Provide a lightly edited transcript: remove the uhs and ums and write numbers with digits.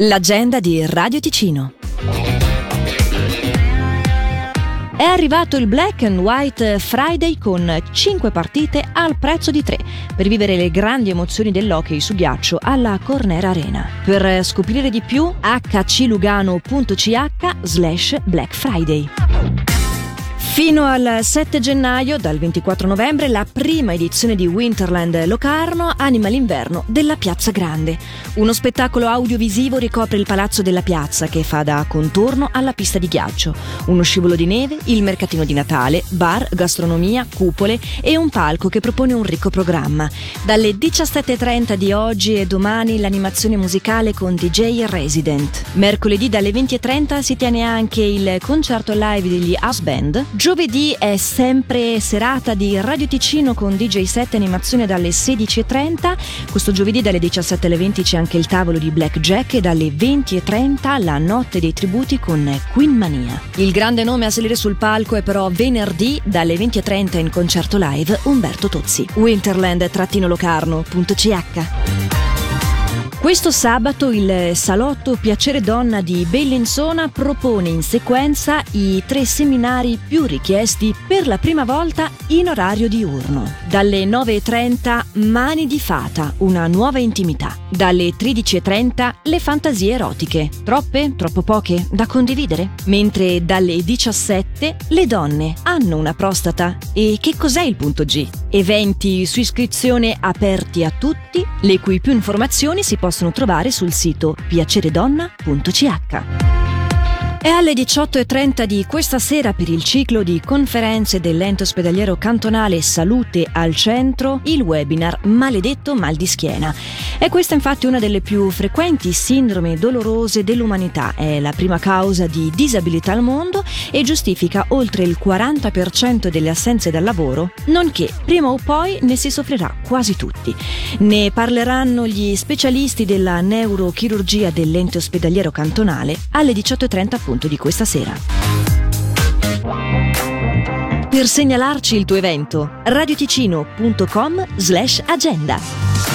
L'agenda di Radio Ticino. È arrivato il Black and White Friday con 5 partite al prezzo di 3 per vivere le grandi emozioni dell'hockey su ghiaccio alla Corner Arena. Per scoprire di più, hclugano.ch/Black Friday. Fino al 7 gennaio, dal 24 novembre, la prima edizione di Winterland Locarno anima l'inverno della Piazza Grande. Uno spettacolo audiovisivo ricopre il palazzo della piazza che fa da contorno alla pista di ghiaccio. Uno scivolo di neve, il mercatino di Natale, bar, gastronomia, cupole e un palco che propone un ricco programma. Dalle 17.30 di oggi e domani l'animazione musicale con DJ Resident. Mercoledì dalle 20.30 si tiene anche il concerto live degli House Band. Giovedì è sempre serata di Radio Ticino con DJ set animazione dalle 16.30. Questo giovedì dalle 17 alle 20 c'è anche il tavolo di Blackjack e dalle 20.30 la notte dei tributi con Queen Mania. Il grande nome a salire sul palco è però venerdì dalle 20.30 in concerto live Umberto Tozzi. Winterland-locarno.ch. Questo sabato il Salotto Piacere Donna di Bellinzona propone in sequenza i 3 seminari più richiesti per la prima volta in orario diurno. Dalle 9.30 Mani di Fata, una nuova intimità. Dalle 13.30 le fantasie erotiche. Troppe? Troppo poche? Da condividere? Mentre dalle 17 le donne hanno una prostata. E che cos'è il punto G? Eventi su iscrizione aperti a tutti, le cui più informazioni si possono trovare sul sito piaceredonna.ch. È alle 18.30 di questa sera, per il ciclo di conferenze dell'ente ospedaliero cantonale Salute al Centro, il webinar Maledetto mal di schiena. È questa infatti una delle più frequenti sindromi dolorose dell'umanità. È la prima causa di disabilità al mondo e giustifica oltre il 40% delle assenze dal lavoro, nonché prima o poi ne si soffrirà quasi tutti. Ne parleranno gli specialisti della neurochirurgia dell'ente ospedaliero cantonale alle 18.30 di questa sera. Per segnalarci il tuo evento, radioticino.com/agenda.